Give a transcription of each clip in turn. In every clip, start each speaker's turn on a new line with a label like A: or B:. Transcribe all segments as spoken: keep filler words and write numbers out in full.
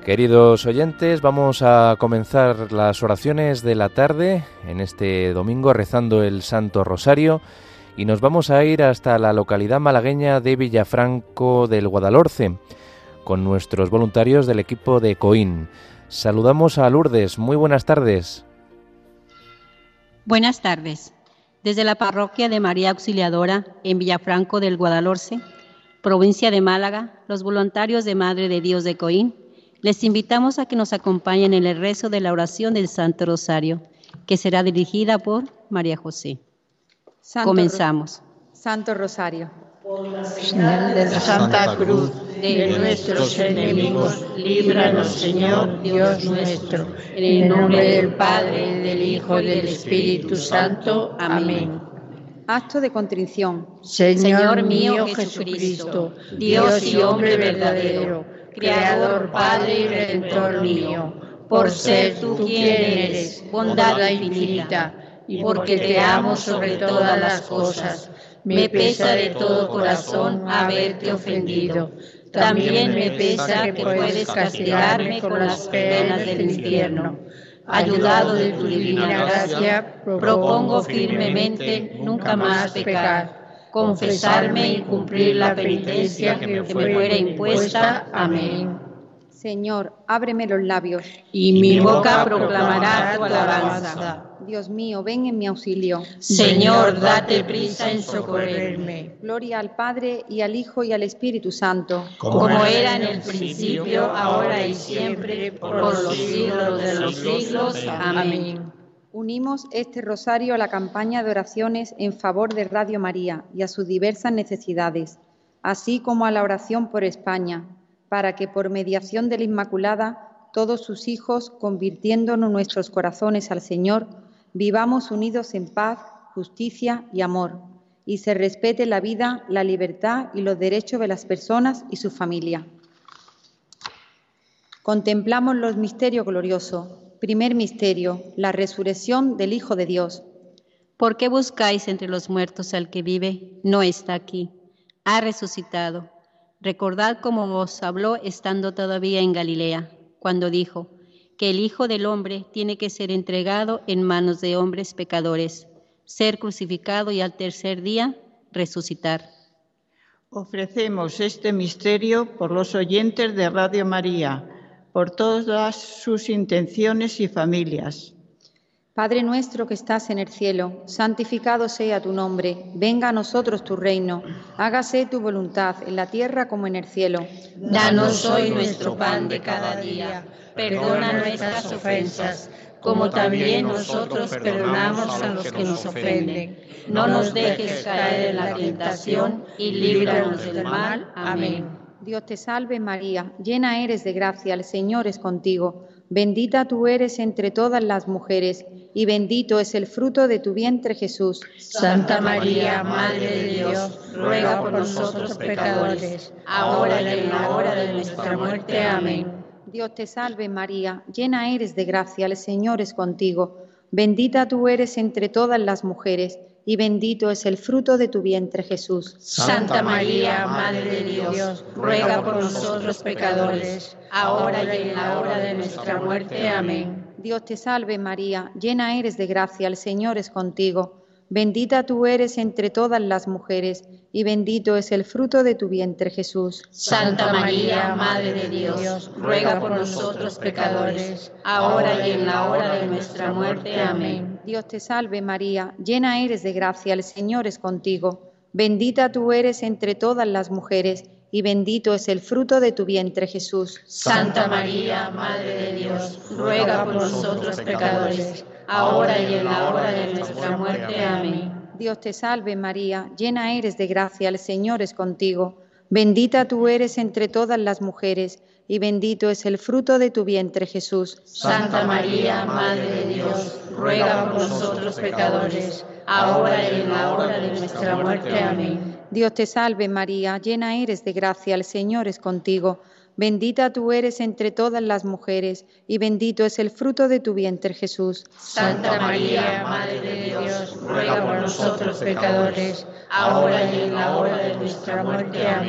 A: Queridos oyentes, vamos a comenzar las oraciones de la tarde en este domingo rezando el Santo Rosario y nos vamos a ir hasta la localidad malagueña de Villafranco del Guadalhorce con nuestros voluntarios del equipo de COIN. Saludamos a Lourdes. Muy buenas tardes.
B: Buenas tardes. Desde la parroquia de María Auxiliadora en Villafranco del Guadalhorce, provincia de Málaga, los voluntarios de Madre de Dios de COIN, les invitamos a que nos acompañen en el rezo de la oración del Santo Rosario, que será dirigida por María José.
C: Santo
B: Comenzamos.
C: Ro- Santo Rosario.
D: Por la señal de la Santa Cruz de nuestros enemigos, líbranos, Señor Dios nuestro. En el nombre del Padre, del Hijo y del Espíritu Santo. Amén.
C: Acto de contrición.
D: Señor mío Jesucristo, Dios y hombre verdadero, Creador, Padre y Redentor mío, por ser tú quien eres, bondad infinita, y porque te amo sobre todas las cosas, me pesa de todo corazón haberte ofendido. También me pesa que puedes castigarme con las penas del infierno. Ayudado de tu divina gracia, propongo firmemente nunca más pecar, confesarme y cumplir la penitencia que me fuera impuesta. Amén.
C: Señor, ábreme los labios.
D: Y mi boca proclamará tu alabanza.
C: Dios mío, ven en mi auxilio.
D: Señor, date prisa en socorrerme.
C: Gloria al Padre, y al Hijo, y al Espíritu Santo.
D: Como era en el principio, ahora y siempre, por los siglos de los siglos. Amén.
C: Unimos este rosario a la campaña de oraciones en favor de Radio María y a sus diversas necesidades, así como a la oración por España, para que por mediación de la Inmaculada, todos sus hijos, convirtiéndonos nuestros corazones al Señor, vivamos unidos en paz, justicia y amor, y se respete la vida, la libertad y los derechos de las personas y su familia. Contemplamos los misterios gloriosos. Primer misterio, la resurrección del Hijo de Dios.
B: ¿Por qué buscáis entre los muertos al que vive? No está aquí, ha resucitado. Recordad cómo os habló estando todavía en Galilea, cuando dijo que el Hijo del Hombre tiene que ser entregado en manos de hombres pecadores, ser crucificado y al tercer día resucitar.
E: Ofrecemos este misterio por los oyentes de Radio María, por todas sus intenciones y familias.
C: Padre nuestro que estás en el cielo, santificado sea tu nombre, venga a nosotros tu reino, hágase tu voluntad en la tierra como en el cielo.
D: Danos hoy nuestro pan de cada día, perdona nuestras ofensas, como también nosotros perdonamos a los que nos ofenden. No nos dejes caer en la tentación y líbranos del mal. Amén.
C: Dios te salve María, llena eres de gracia, el Señor es contigo. Bendita tú eres entre todas las mujeres, y bendito es el fruto de tu vientre Jesús.
D: Santa María, Madre de Dios, ruega por nosotros pecadores, ahora y en la hora de nuestra muerte. Amén.
C: Dios te salve María, llena eres de gracia, el Señor es contigo. Bendita tú eres entre todas las mujeres, y bendito es el fruto de tu vientre Jesús.
D: Santa María, Madre de Dios, ruega por nosotros pecadores, ahora y en la hora de nuestra muerte. Amén.
C: Dios te salve María, llena eres de gracia, el Señor es contigo. Bendita tú eres entre todas las mujeres, y bendito es el fruto de tu vientre Jesús.
D: Santa María, Madre de Dios, ruega por nosotros pecadores, ahora y en la hora de nuestra muerte. Amén.
C: Dios te salve María, llena eres de gracia, el Señor es contigo. Bendita tú eres entre todas las mujeres, y bendito es el fruto de tu vientre Jesús.
D: Santa María, Madre de Dios, ruega por nosotros pecadores, ahora y en la hora de nuestra muerte. Amén.
C: Dios te salve María, llena eres de gracia, el Señor es contigo. Bendita tú eres entre todas las mujeres, y bendito es el fruto de tu vientre Jesús.
D: Santa María, Madre de Dios, ruega por nosotros pecadores, ahora y en la hora de nuestra muerte. Amén.
C: Dios te salve María, llena eres de gracia, el Señor es contigo. Bendita tú eres entre todas las mujeres, y bendito es el fruto de tu vientre Jesús.
D: Santa María, Madre de Dios, ruega por nosotros pecadores, ahora y en la hora de nuestra muerte. Amén.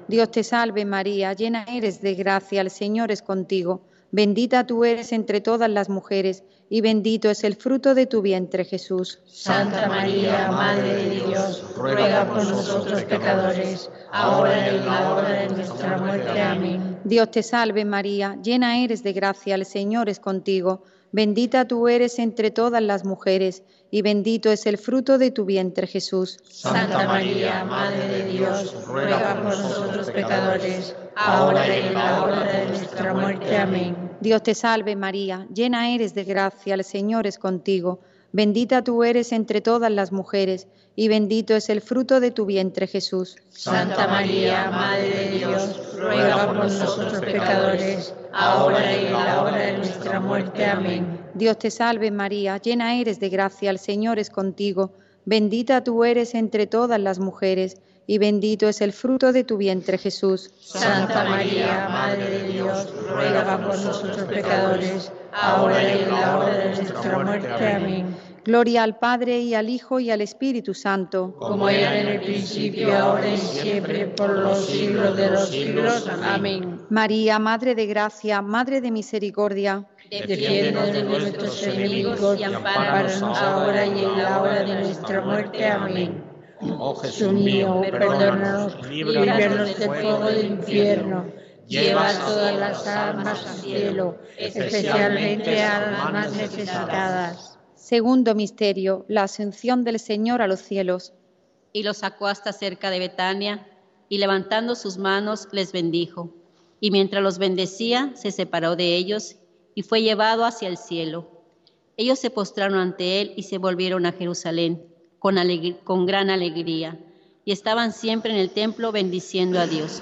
C: Dios te salve María, llena eres de gracia, el Señor es contigo. Bendita tú eres entre todas las mujeres, y bendito es el fruto de tu vientre, Jesús.
D: Santa María, Madre de Dios, ruega por nosotros pecadores, ahora y en la hora de nuestra muerte. Amén.
C: Dios te salve María, llena eres de gracia, el Señor es contigo. Bendita tú eres entre todas las mujeres, y bendito es el fruto de tu vientre, Jesús.
D: Santa María, Madre de Dios, ruega por nosotros pecadores, ahora y en la hora de nuestra muerte. Amén.
C: Dios te salve María, llena eres de gracia, el Señor es contigo. Bendita tú eres entre todas las mujeres, y bendito es el fruto de tu vientre, Jesús.
D: Santa María, Madre de Dios, ruega por nosotros pecadores, ahora y en la hora de nuestra muerte. Amén.
C: Dios te salve María, llena eres de gracia, el Señor es contigo. Bendita tú eres entre todas las mujeres, y bendito es el fruto de tu vientre, Jesús.
D: Santa María, Madre de Dios, ruega por nosotros pecadores, ahora y en la hora de nuestra muerte. Amén.
C: Gloria al Padre, y al Hijo, y al Espíritu Santo.
D: Como era en el principio, ahora y siempre, por los siglos de los siglos. Amén.
C: María, Madre de gracia, Madre de misericordia,
D: defiéndonos de nuestros enemigos y ampáranos ahora y en la hora de nuestra muerte. Amén.
F: Oh
D: Jesús mío, perdónanos, líbranos del fuego del infierno, lleva todas las almas al cielo, especialmente a las más necesitadas.
C: Segundo misterio, la ascensión del Señor a los cielos.
B: Y los sacó hasta cerca de Betania, y levantando sus manos les bendijo. Y mientras los bendecía, se separó de ellos, y fue llevado hacia el cielo. Ellos se postraron ante él y se volvieron a Jerusalén, con, alegr- con gran alegría, y estaban siempre en el templo bendiciendo a Dios.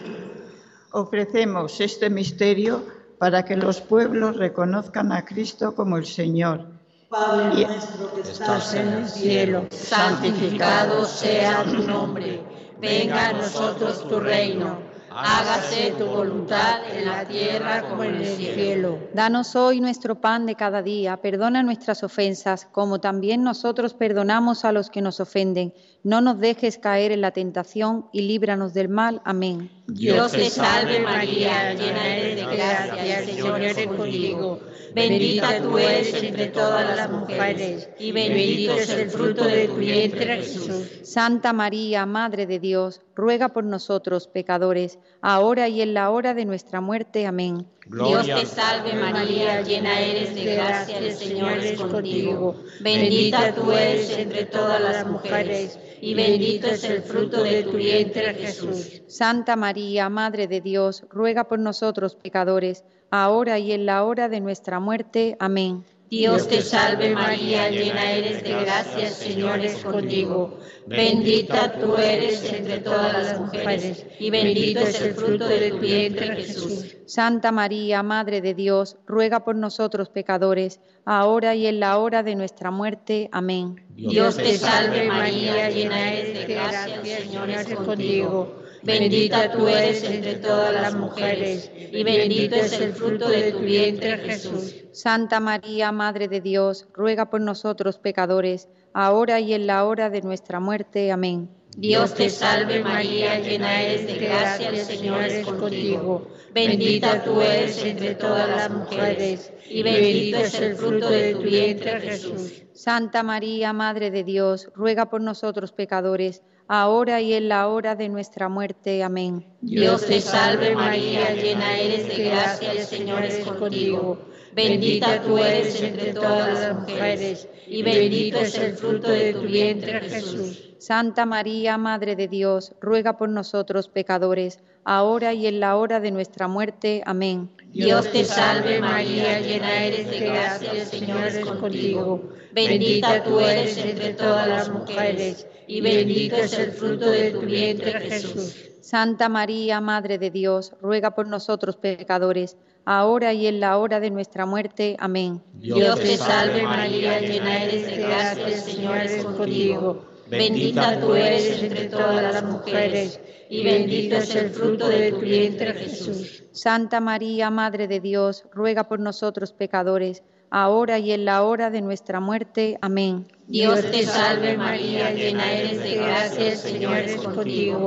E: Ofrecemos este misterio para que los pueblos reconozcan a Cristo como el Señor.
D: Padre nuestro que estás en el cielo, santificado sea tu nombre. Venga a nosotros tu reino. Hágase tu voluntad en la tierra como en el cielo.
C: Danos hoy nuestro pan de cada día, perdona nuestras ofensas, como también nosotros perdonamos a los que nos ofenden. No nos dejes caer en la tentación y líbranos del mal. Amén.
D: Dios te salve María, llena eres de gracia, el Señor es contigo. Bendita tú eres entre todas las mujeres, y bendito es el fruto de tu vientre, Jesús.
C: Santa María, Madre de Dios, ruega por nosotros, pecadores, ahora y en la hora de nuestra muerte. Amén.
B: Dios te salve María, llena eres de gracia, el Señor es contigo. Bendita tú eres entre todas las mujeres, y bendito es el fruto de tu vientre, Jesús.
C: Santa María, Madre de Dios, ruega por nosotros, pecadores, ahora y en la hora de nuestra muerte. Amén.
B: Dios te salve María, llena eres de gracia, el Señor es contigo. Bendita tú eres entre todas las mujeres, y bendito es el fruto de tu vientre, Jesús.
C: Santa María, Madre de Dios, ruega por nosotros pecadores, ahora y en la hora de nuestra muerte. Amén.
B: Dios te salve María, llena eres de gracia, el Señor es contigo. Bendita tú eres entre todas las mujeres, y bendito es el fruto de tu vientre, Jesús.
C: Santa María, Madre de Dios, ruega por nosotros pecadores, ahora y en la hora de nuestra muerte. Amén.
B: Dios te salve María, llena eres de gracia, el Señor es contigo. Bendita tú eres entre todas las mujeres, y bendito es el fruto de tu vientre, Jesús.
C: Santa María, Madre de Dios, ruega por nosotros pecadores, ahora y en la hora de nuestra muerte. Amén.
B: Dios te salve María, llena eres de gracia, el Señor es contigo. Bendita tú eres entre todas las mujeres, y bendito es el fruto de tu vientre, Jesús.
C: Santa María, Madre de Dios, ruega por nosotros pecadores, ahora y en la hora de nuestra muerte. Amén.
B: Dios te salve María, llena eres de gracia, el Señor es contigo. Bendita tú eres entre todas las mujeres, y bendito es el fruto de tu vientre, Jesús.
C: Santa María, Madre de Dios, ruega por nosotros pecadores, ahora y en la hora de nuestra muerte. Amén.
B: Dios te salve María, llena eres de gracia, el Señor es contigo. Bendita tú eres entre todas las mujeres, y bendito es el fruto de tu vientre, Jesús.
C: Santa María, Madre de Dios, ruega por nosotros pecadores, ahora y en la hora de nuestra muerte. Amén.
B: Dios te salve María, llena eres de gracia, el Señor es contigo.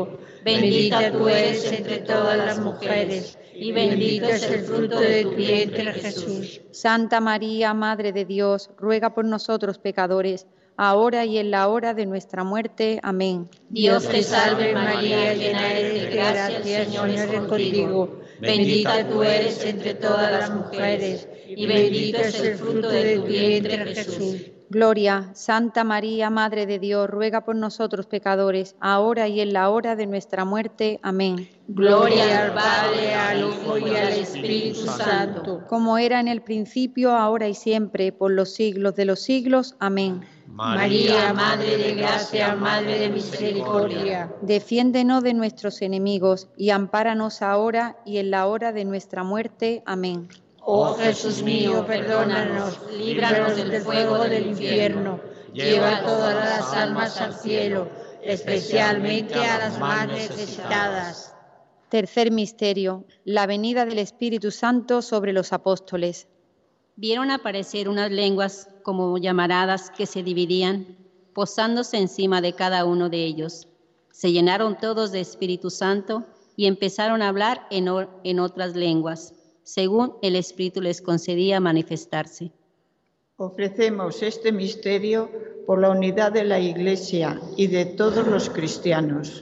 D: Bendita tú eres entre todas las mujeres, y bendito es el fruto de tu vientre, Jesús.
C: Santa María, Madre de Dios, ruega por nosotros pecadores, ahora y en la hora de nuestra muerte. Amén.
D: Dios te salve María, llena eres de gracia, el Señor es contigo. Bendita tú eres entre todas las mujeres, y bendito es el fruto de tu vientre, Jesús.
C: Gloria, Santa María, Madre de Dios, ruega por nosotros pecadores, ahora y en la hora de nuestra muerte. Amén.
D: Gloria al Padre, al Hijo y al Espíritu Santo.
C: Como era en el principio, ahora y siempre, por los siglos de los siglos. Amén.
D: María, Madre de gracia, Madre de misericordia,
C: defiéndenos de nuestros enemigos y ampáranos ahora y en la hora de nuestra muerte. Amén.
D: Oh Jesús mío, perdónanos, líbranos del fuego del infierno, lleva todas las almas al cielo, especialmente a las más necesitadas.
C: Tercer misterio, la venida del Espíritu Santo sobre los apóstoles.
B: Vieron aparecer unas lenguas como llamaradas que se dividían, posándose encima de cada uno de ellos. Se llenaron todos de Espíritu Santo y empezaron a hablar en, en otras lenguas, según el Espíritu les concedía manifestarse.
E: Ofrecemos este misterio por la unidad de la Iglesia y de todos los cristianos.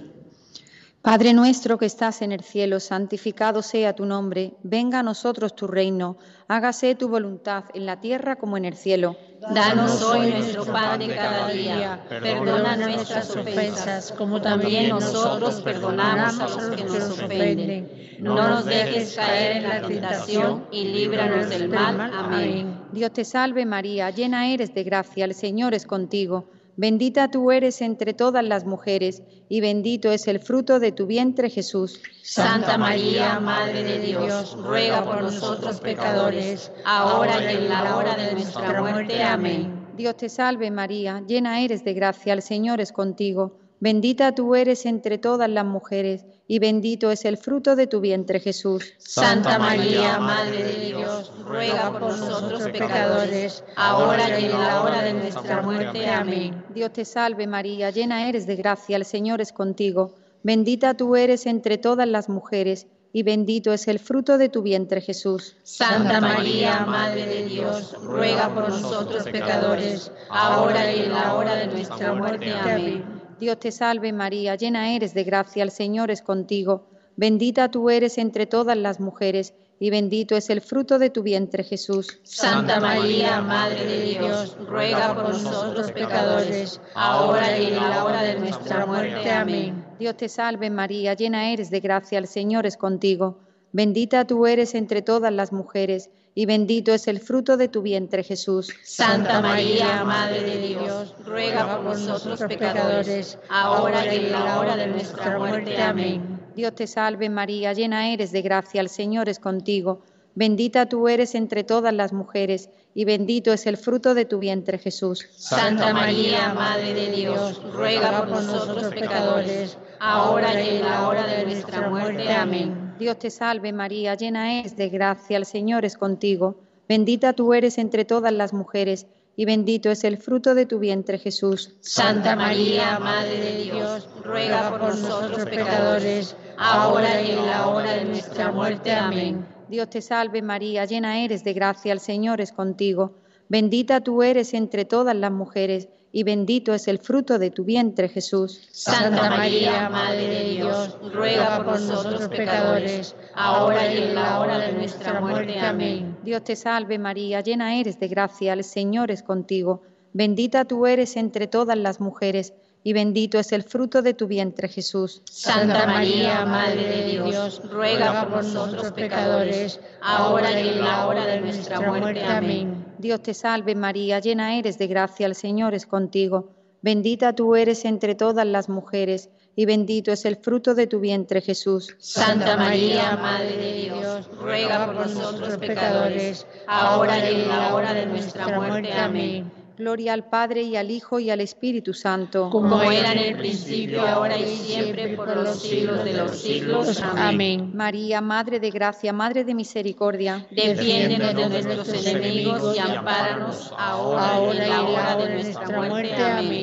C: Padre nuestro que estás en el cielo, santificado sea tu nombre. Venga a nosotros tu reino. Hágase tu voluntad en la tierra como en el cielo.
B: Danos hoy nuestro pan de cada día. Perdona nuestras ofensas, como también nosotros perdonamos a los que nos ofenden. No nos dejes caer en la tentación y líbranos del mal. Amén.
C: Dios te salve María, llena eres de gracia, el Señor es contigo. Bendita tú eres entre todas las mujeres, y bendito es el fruto de tu vientre, Jesús.
B: Santa María, Madre de Dios, ruega por nosotros pecadores, ahora y en la hora de nuestra muerte. Amén.
C: Dios te salve María, llena eres de gracia, el Señor es contigo. Bendita tú eres entre todas las mujeres, y bendito es el fruto de tu vientre, Jesús.
B: Santa María, Madre de Dios, ruega por nosotros pecadores, ahora y en la hora de nuestra muerte. Amén.
C: Dios te salve María, llena eres de gracia, el Señor es contigo. Bendita tú eres entre todas las mujeres, y bendito es el fruto de tu vientre, Jesús.
B: Santa María, Madre de Dios, ruega por nosotros pecadores, ahora y en la hora de nuestra muerte. Amén.
C: Dios te salve María, llena eres de gracia, el Señor es contigo. Bendita tú eres entre todas las mujeres, y bendito es el fruto de tu vientre, Jesús.
B: Santa María, Madre de Dios, ruega por nosotros pecadores, ahora y en la hora de nuestra muerte. Amén.
C: Dios te salve María, llena eres de gracia, el Señor es contigo. Bendita tú eres entre todas las mujeres, y bendito es el fruto de tu vientre, Jesús.
B: Santa María, Madre de Dios, ruega por nosotros pecadores, ahora y en la hora de nuestra muerte. Amén.
C: Dios te salve María, llena eres de gracia, el Señor es contigo. Bendita tú eres entre todas las mujeres, y bendito es el fruto de tu vientre, Jesús.
B: Santa María, Madre de Dios, ruega por nosotros pecadores, ahora y en la hora de nuestra muerte. Amén.
C: Dios te salve María, llena eres de gracia, el Señor es contigo. Bendita tú eres entre todas las mujeres, y bendito es el fruto de tu vientre, Jesús.
B: Santa María, Madre de Dios, ruega por nosotros pecadores, ahora y en la hora de nuestra muerte. Amén.
C: Dios te salve María, llena eres de gracia, el Señor es contigo. Bendita tú eres entre todas las mujeres, y bendito es el fruto de tu vientre, Jesús.
B: Santa María, Madre de Dios, ruega por nosotros pecadores, ahora y en la hora de nuestra muerte. Amén.
C: Dios te salve María, llena eres de gracia, el Señor es contigo. Bendita tú eres entre todas las mujeres, y bendito es el fruto de tu vientre, Jesús.
B: Santa María, Madre de Dios, ruega por nosotros pecadores, ahora y en la hora de nuestra muerte. Amén.
C: Dios te salve María, llena eres de gracia, el Señor es contigo. Bendita tú eres entre todas las mujeres, y bendito es el fruto de tu vientre, Jesús.
B: Santa María, Madre de Dios, ruega por nosotros pecadores, ahora y en la hora de nuestra muerte. Amén.
C: Gloria al Padre, y al Hijo, y al Espíritu Santo.
B: Como era en el principio, ahora y siempre, por los siglos de los siglos. Amén.
C: María, Madre de gracia, Madre de misericordia,
B: defiéndenos de nuestros enemigos y ampáranos ahora y en la hora de nuestra muerte. Amén.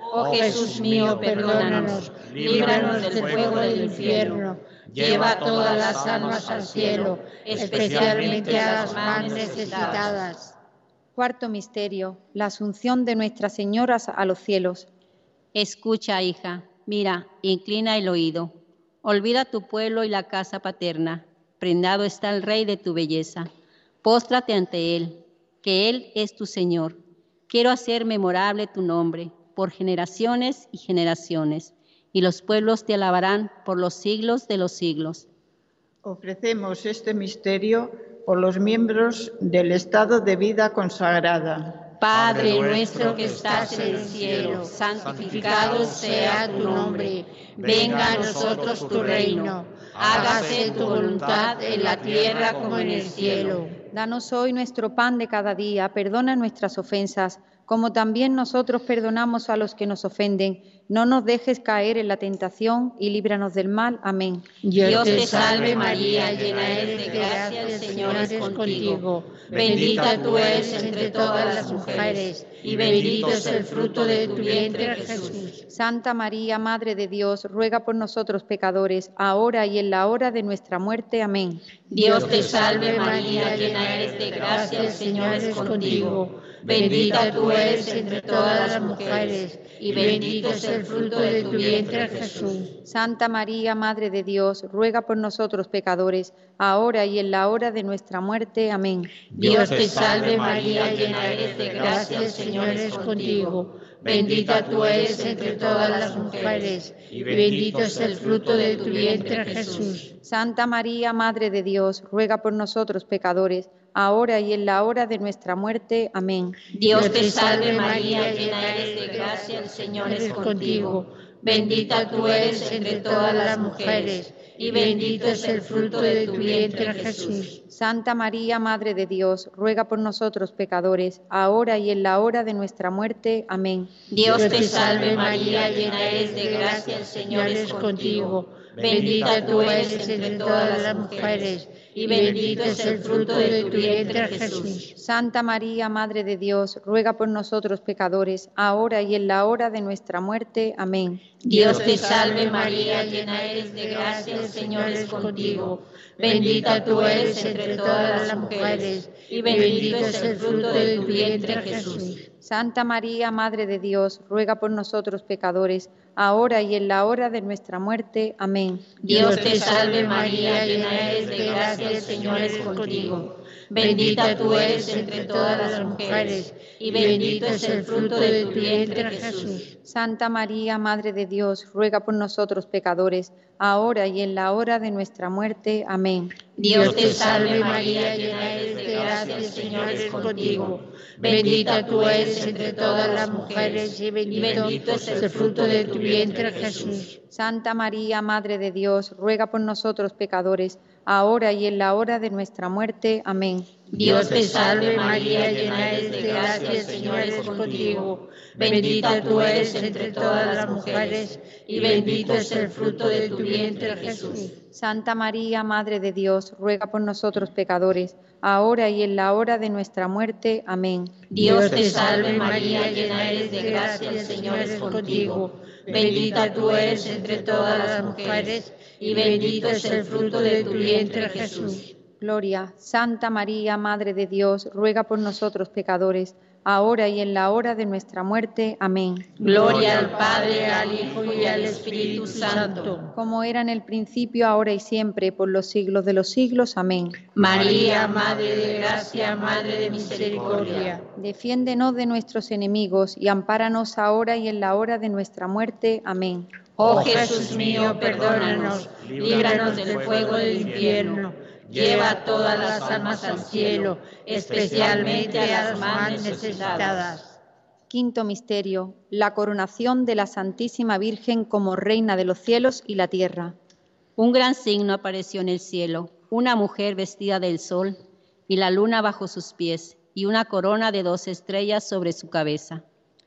D: Oh Jesús mío, perdónanos, líbranos del fuego del infierno, lleva todas las almas al cielo, especialmente a las más necesitadas.
C: Cuarto misterio, la asunción de Nuestra Señora a los cielos.
B: Escucha, hija, mira, inclina el oído. Olvida tu pueblo y la casa paterna. Prendado está el Rey de tu belleza. Póstrate ante Él, que Él es tu Señor. Quiero hacer memorable tu nombre por generaciones y generaciones, y los pueblos te alabarán por los siglos de los siglos.
E: Ofrecemos este misterio por los miembros del estado de vida consagrada.
D: Padre nuestro que estás en el cielo, santificado sea tu nombre. Venga a nosotros tu reino. Hágase tu voluntad en la tierra como en el cielo.
C: Danos hoy nuestro pan de cada día. Perdona nuestras ofensas, como también nosotros perdonamos a los que nos ofenden. No nos dejes caer en la tentación y líbranos del mal. Amén.
D: Dios te salve María, llena eres de gracia, el Señor es contigo. Bendita tú eres entre todas las mujeres, y bendito es el fruto de tu vientre, Jesús.
C: Santa María, Madre de Dios, ruega por nosotros pecadores, ahora y en la hora de nuestra muerte. Amén.
D: Dios te salve María, llena eres de gracia, el Señor es contigo. Bendita tú eres entre todas las mujeres, y bendito es el fruto de tu vientre, Jesús.
C: Santa María, Madre de Dios, ruega por nosotros pecadores, ahora y en la hora de nuestra muerte. Amén.
D: Dios te salve María, llena eres de gracia, el Señor es contigo. Bendita tú eres entre todas las mujeres, y bendito es el fruto de tu vientre, Jesús.
C: Santa María, Madre de Dios, ruega por nosotros pecadores, ahora y en la hora de nuestra muerte. Amén.
D: Dios te salve María, llena eres de gracia, el Señor es contigo. Bendita tú eres entre todas las mujeres, y bendito es el fruto de tu vientre, Jesús.
C: Santa María, Madre de Dios, ruega por nosotros pecadores, ahora y en la hora de nuestra muerte. Amén.
D: Dios te salve María, llena eres de gracia, el Señor es contigo. Bendita tú eres entre todas las mujeres, y bendito es el fruto de tu vientre, Jesús.
C: Santa María, Madre de Dios, ruega por nosotros pecadores, ahora y en la hora de nuestra muerte. Amén.
D: Dios te salve María, llena eres de gracia, el Señor es contigo. Bendita tú eres entre todas las mujeres, y bendito es el fruto de tu vientre, Jesús.
C: Santa María, Madre de Dios, ruega por nosotros pecadores, ahora y en la hora de nuestra muerte. Amén.
D: Dios te salve María, llena eres de gracia, el Señor es contigo. Bendita tú eres entre todas las mujeres, y bendito es el fruto de tu vientre, Jesús.
C: Santa María, Madre de Dios, ruega por nosotros pecadores, ahora y en la hora de nuestra muerte. Amén.
D: Dios te salve María, llena eres de gracia, el Señor es contigo. Bendita tú eres entre todas las mujeres, y bendito es el fruto de tu vientre, Jesús.
C: Santa María, Madre de Dios, ruega por nosotros pecadores, ahora y en la hora de nuestra muerte. Amén.
D: Dios te salve María, llena eres de gracia, el Señor es contigo. Bendita tú eres entre todas las mujeres, y bendito es el fruto de tu vientre, Jesús.
C: Santa María, Madre de Dios, ruega por nosotros pecadores, ahora y en la hora de nuestra muerte. Amén.
D: Dios te salve María, llena eres de gracia, el Señor es contigo. Bendita tú eres entre todas las mujeres, y bendito es el fruto de tu vientre, Jesús.
C: Gloria. Santa María, Madre de Dios, ruega por nosotros pecadores, ahora y en la hora de nuestra muerte. Amén.
D: Gloria al Padre, al Hijo y al Espíritu Santo.
C: Como era en el principio, ahora y siempre, por los siglos de los siglos. Amén.
D: María, Madre de Gracia, Madre de Misericordia.
C: Defiéndenos de nuestros enemigos y ampáranos ahora y en la hora de nuestra muerte. Amén.
D: Oh Jesús mío, perdónanos, líbranos del fuego del infierno. Lleva todas las almas al cielo, especialmente a las más necesitadas.
C: Quinto misterio, la coronación de la Santísima Virgen como Reina de los cielos y la tierra.
B: Un gran signo apareció en el cielo, una mujer vestida del sol y la luna bajo sus pies, y una corona de dos estrellas sobre su cabeza.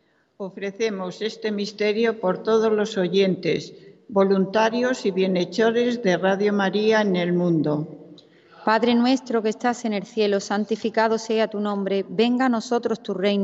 E: Ofrecemos este misterio por todos los oyentes, voluntarios y bienhechores de Radio María en el mundo.
C: Padre nuestro que estás en el cielo, santificado sea tu nombre, venga a nosotros tu reino,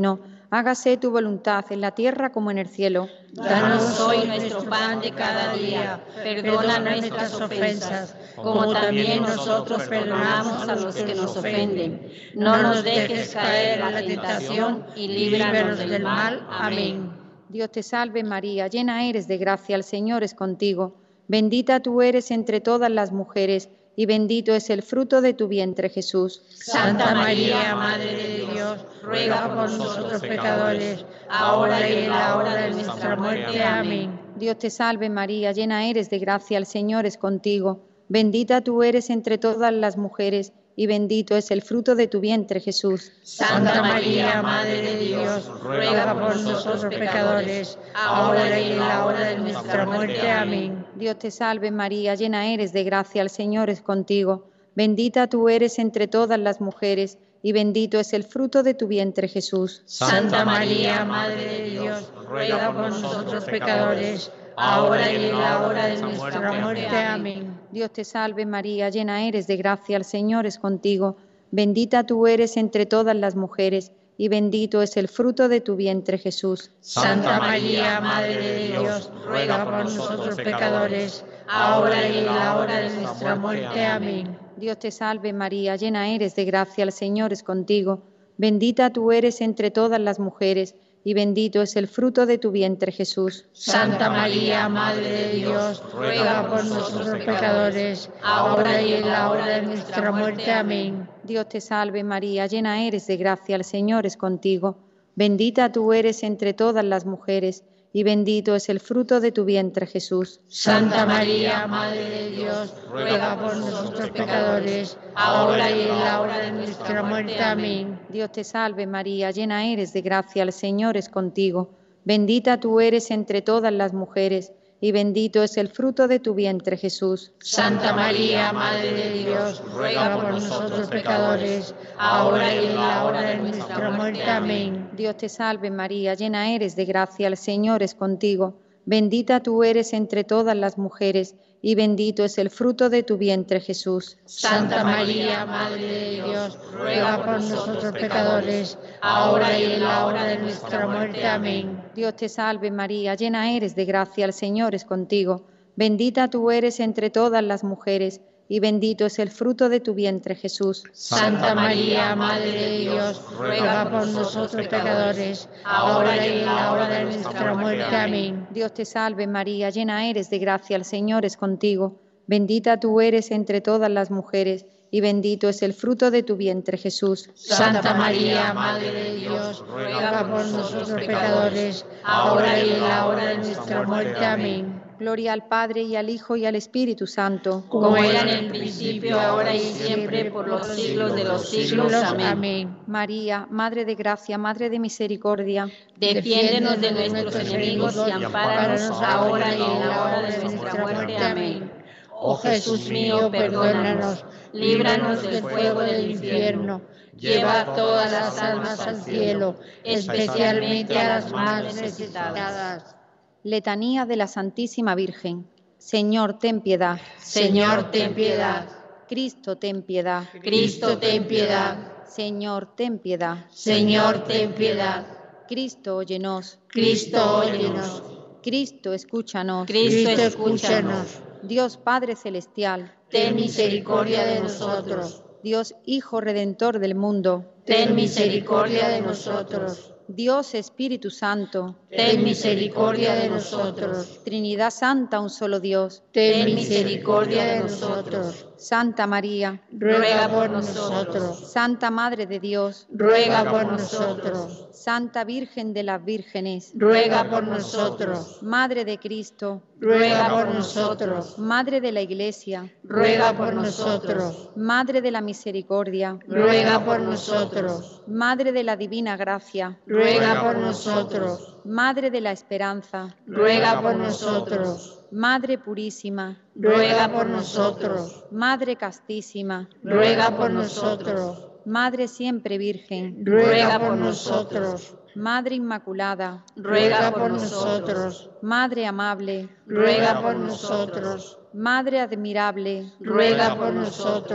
C: Hágase tu voluntad en la tierra como en el cielo.
D: Danos hoy nuestro pan de cada día. Perdona nuestras ofensas, como también nosotros perdonamos a los que nos ofenden. No nos dejes caer en la tentación y líbranos del mal. Amén.
C: Dios te salve María, llena eres de gracia, el Señor es contigo. Bendita tú eres entre todas las mujeres, y bendito es el fruto de tu vientre, Jesús.
D: Santa María, Madre de Dios, ruega por nosotros pecadores, ahora y en la hora de nuestra muerte. Amén.
C: Dios te salve María, llena eres de gracia, el Señor es contigo. Bendita tú eres entre todas las mujeres, y bendito es el fruto de tu vientre, Jesús.
D: Santa María, Madre de Dios, ruega por nosotros pecadores, ahora y en la hora de nuestra muerte. Amén.
C: Dios te salve María, llena eres de gracia, el Señor es contigo. Bendita tú eres entre todas las mujeres, y bendito es el fruto de tu vientre, Jesús.
D: Santa María, Madre de Dios, ruega por nosotros pecadores, ahora y en la hora de nuestra muerte. Amén.
C: Dios te salve María, llena eres de gracia, el Señor es contigo. Bendita tú eres entre todas las mujeres, y bendito es el fruto de tu vientre, Jesús.
D: Santa María, Madre de Dios, ruega por nosotros pecadores, ahora y en la hora de nuestra muerte. Amén.
C: Dios te salve María, llena eres de gracia, el Señor es contigo. Bendita tú eres entre todas las mujeres, y bendito es el fruto de tu vientre, Jesús.
D: Santa María, Madre de Dios, ruega por nosotros pecadores, ahora y en la hora de nuestra muerte. Amén.
C: Dios te salve María, llena eres de gracia, el Señor es contigo. Bendita tú eres entre todas las mujeres, y bendito es el fruto de tu vientre, Jesús.
D: Santa María, Madre de Dios, ruega por nosotros pecadores, ahora y en la hora de nuestra muerte. Amén.
C: Dios te salve María, llena eres de gracia, el Señor es contigo. Bendita tú eres entre todas las mujeres, y bendito es el fruto de tu vientre, Jesús.
D: Santa María, Madre de Dios, ruega por nosotros pecadores, ahora y en la hora de nuestra muerte. Amén.
C: Dios te salve María, llena eres de gracia, el Señor es contigo. Bendita tú eres entre todas las mujeres, y bendito es el fruto de tu vientre, Jesús.
D: Santa María, Madre de Dios, ruega por nosotros pecadores, ahora y en la hora de nuestra muerte. Amén.
C: Dios te salve María, llena eres de gracia, el Señor es contigo. Bendita tú eres entre todas las mujeres, y bendito es el fruto de tu vientre, Jesús.
D: Santa María, Madre de Dios, ruega por nosotros pecadores, ahora y en la hora de nuestra muerte. Amén.
C: Dios te salve María, llena eres de gracia, el Señor es contigo. Bendita tú eres entre todas las mujeres, y bendito es el fruto de tu vientre, Jesús.
D: Santa María, Madre de Dios, ruega por nosotros pecadores, ahora y en la hora de nuestra muerte. Amén.
C: Gloria al Padre, y al Hijo, y al Espíritu Santo.
D: Como era en el principio, ahora y siempre, por los siglos de los siglos. Amén.
C: María, Madre de gracia, Madre de misericordia,
D: defiéndenos de nuestros enemigos y ampáranos ahora y en la hora de nuestra muerte. Amén. Oh Jesús mío, perdónanos, líbranos del fuego del infierno, lleva a todas las almas al cielo, especialmente a las más necesitadas.
C: Letanía de la Santísima Virgen. Señor, ten piedad.
D: Señor, ten piedad.
C: Cristo, ten piedad.
D: Cristo, ten piedad.
C: Señor, ten piedad.
D: Señor, ten piedad.
C: Cristo, óyenos.
D: Cristo, óyenos.
C: Cristo, escúchanos.
D: Cristo, escúchanos.
C: Dios Padre Celestial,
D: ten misericordia de nosotros.
C: Dios Hijo Redentor del mundo,
D: ten misericordia de nosotros.
C: Dios Espíritu Santo,
D: ten misericordia de nosotros.
C: Trinidad Santa, un solo Dios,
D: ten misericordia de nosotros.
C: Santa María,
D: ruega por nosotros.
C: Santa Madre de Dios,
D: ruega por nosotros.
C: Santa Virgen de las Vírgenes,
D: ruega por nosotros.
C: Madre de Cristo,
D: ruega por nosotros.
C: Madre de la Iglesia,
D: ruega por nosotros.
C: Madre de la Misericordia,
D: ruega por nosotros.
C: Madre de la Divina Gracia,
D: ruega por nosotros.
C: Madre de la Esperanza,
D: ruega por nosotros.
C: Madre Purísima,
D: ruega por nosotros.
C: Madre Castísima,
D: ruega por nosotros.
C: Madre Siempre Virgen,
D: ruega por nosotros.
C: Madre Inmaculada,
D: ruega por nosotros.
C: Madre Amable,
D: ruega por nosotros.
C: Madre Admirable,
D: ruega por nosotros.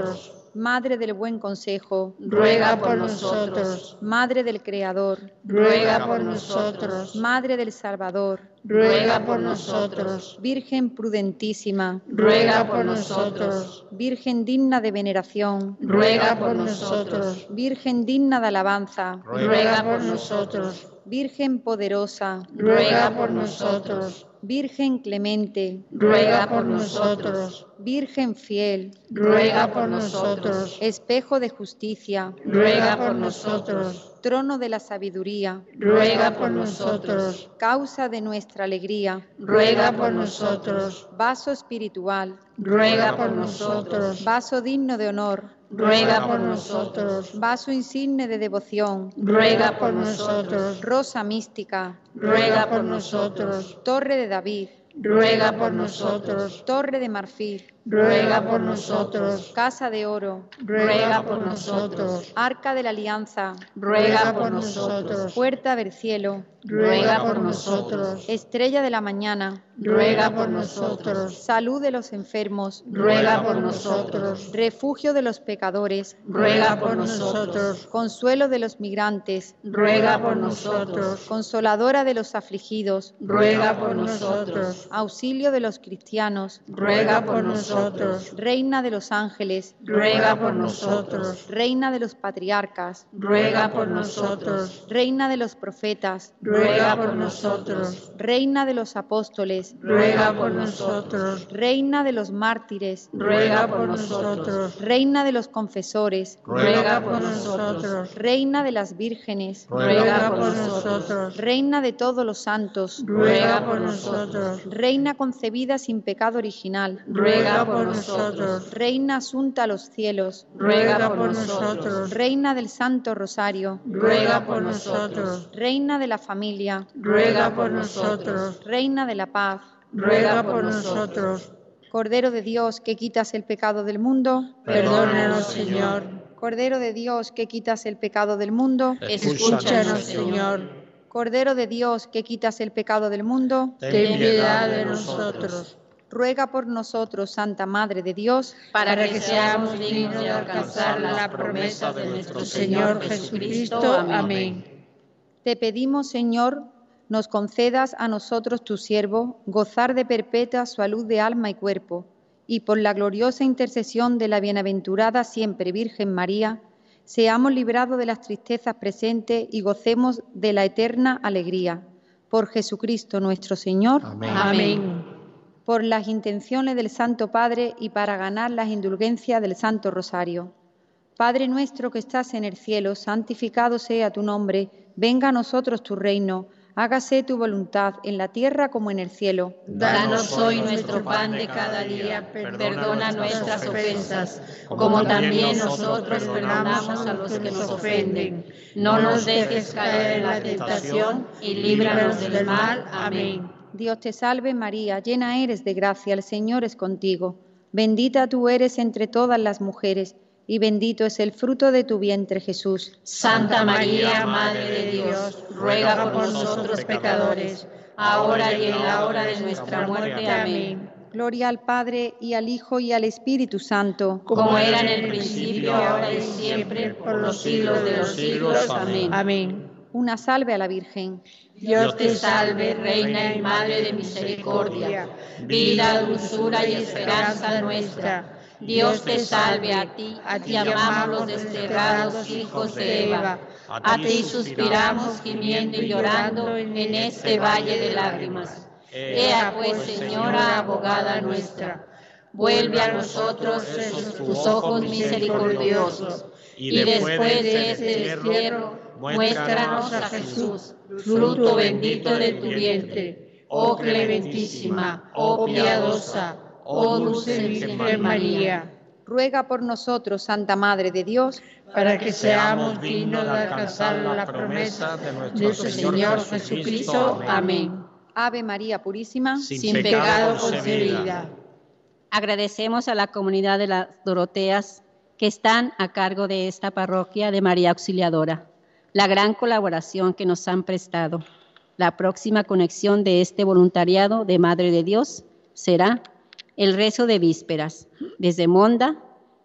C: Madre del buen consejo,
D: ruega por nosotros.
C: Madre del Creador,
D: ruega por nosotros.
C: Madre del Salvador,
D: ruega por nosotros.
C: Virgen prudentísima,
D: ruega por nosotros.
C: Virgen digna de veneración,
D: ruega por nosotros.
C: Virgen digna de alabanza,
D: ruega por nosotros.
C: Virgen poderosa,
D: ruega por nosotros.
C: Virgen clemente,
D: ruega por nosotros.
C: Virgen fiel,
D: ruega por nosotros.
C: Espejo de justicia,
D: ruega por nosotros.
C: Trono de la sabiduría,
D: ruega por nosotros.
C: Causa de nuestra alegría,
D: ruega por nosotros.
C: Vaso espiritual,
D: ruega por nosotros.
C: Vaso digno de honor,
D: ruega por nosotros.
C: Vaso insigne de devoción,
D: ruega por nosotros.
C: Rosa mística,
D: ruega por nosotros.
C: Torre de David,
D: ruega por nosotros.
C: Torre de marfil,
D: ruega por nosotros.
C: Casa de oro,
D: ruega por nosotros.
C: Arca de la alianza,
D: ruega por nosotros.
C: Puerta del cielo,
D: ruega por nosotros.
C: Estrella de la mañana,
D: ruega por nosotros.
C: Salud de los enfermos,
D: ruega por nosotros.
C: Refugio de los pecadores,
D: ruega por nosotros.
C: Consuelo de los migrantes,
D: ruega por nosotros.
C: Consoladora de los afligidos,
D: ruega por nosotros.
C: Auxilio de los cristianos,
D: ruega por nosotros.
C: Reina de los ángeles,
D: ruega por nosotros.
C: Reina de los patriarcas,
D: ruega por nosotros.
C: Reina de los profetas,
D: ruega por nosotros.
C: Reina de los apóstoles,
D: ruega por nosotros.
C: Reina de los mártires,
D: ruega por nosotros.
C: Reina de los confesores,
D: ruega por nosotros.
C: Reina de las vírgenes,
D: ruega por nosotros.
C: Reina de todos los santos,
D: ruega por nosotros.
C: Reina concebida sin pecado original,
D: ruega por nosotros.
C: Reina asunta a los cielos,
D: ruega por nosotros.
C: Reina del Santo Rosario,
D: ruega por nosotros.
C: Reina de la familia,
D: ruega por nosotros.
C: Reina de la paz,
D: ruega por nosotros.
C: Cordero de Dios, que quitas el pecado del mundo,
D: perdónanos, Señor.
C: Cordero de Dios, que quitas el pecado del mundo,
D: escúchanos, Señor.
C: Cordero de Dios, que quitas el pecado del mundo,
D: ten piedad de nosotros.
C: Ruega por nosotros, Santa Madre de Dios,
D: para que seamos dignos de alcanzar la promesa de nuestro Señor Jesucristo. Amén.
C: Te pedimos, Señor, nos concedas a nosotros, tu siervo, gozar de perpetua salud de alma y cuerpo, y por la gloriosa intercesión de la bienaventurada siempre Virgen María, seamos librados de las tristezas presentes y gocemos de la eterna alegría. Por Jesucristo nuestro Señor.
D: Amén. Amén.
C: Por las intenciones del Santo Padre y para ganar las indulgencias del Santo Rosario. Padre nuestro que estás en el cielo, santificado sea tu nombre, venga a nosotros tu reino, hágase tu voluntad en la tierra como en el cielo.
D: Danos hoy nuestro pan de cada día, perdona nuestras ofensas, como también nosotros perdonamos a los que nos ofenden. No nos dejes caer en la tentación y líbranos del mal. Amén.
C: Dios te salve María, llena eres de gracia, el Señor es contigo. Bendita tú eres entre todas las mujeres, y bendito es el fruto de tu vientre, Jesús.
D: Santa María, Madre de Dios, ruega por nosotros pecadores, ahora y en la hora de nuestra muerte. Amén.
C: Gloria al Padre, y al Hijo, y al Espíritu Santo.
D: Como era en el principio, ahora y siempre, por los siglos de los siglos. Amén.
E: Amén.
C: Una salve a la Virgen.
D: Dios te salve, Reina y Madre de misericordia, vida, dulzura y esperanza nuestra. Dios te salve, a ti, a ti amamos los desterrados hijos de Eva, a ti suspiramos gimiendo y llorando en este valle de lágrimas. Ea pues, Señora, abogada nuestra, vuelve a nosotros esos tus ojos misericordiosos, y después de este destierro, muéstranos a Jesús, fruto bendito de tu vientre. Oh clementísima, oh piadosa, oh dulce Virgen María,
C: ruega por nosotros, Santa Madre de Dios,
D: para que seamos dignos de alcanzar la promesa de nuestro Señor Jesucristo. Amén.
C: Ave María Purísima,
D: sin, sin pecado concebida.
B: Agradecemos a la comunidad de las Doroteas que están a cargo de esta parroquia de María Auxiliadora, la gran colaboración que nos han prestado. La próxima conexión de este voluntariado de Madre de Dios será el rezo de vísperas, desde Monda,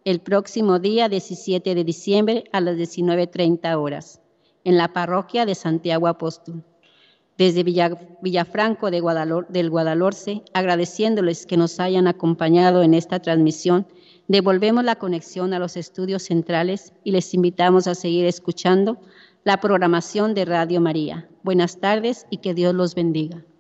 B: el próximo día diecisiete de diciembre a las diecinueve treinta horas, en la parroquia de Santiago Apóstol. Desde Villa, Villafranco de Guadalor, del Guadalhorce, agradeciéndoles que nos hayan acompañado en esta transmisión, devolvemos la conexión a los estudios centrales y les invitamos a seguir escuchando la programación de Radio María. Buenas tardes y que Dios los bendiga.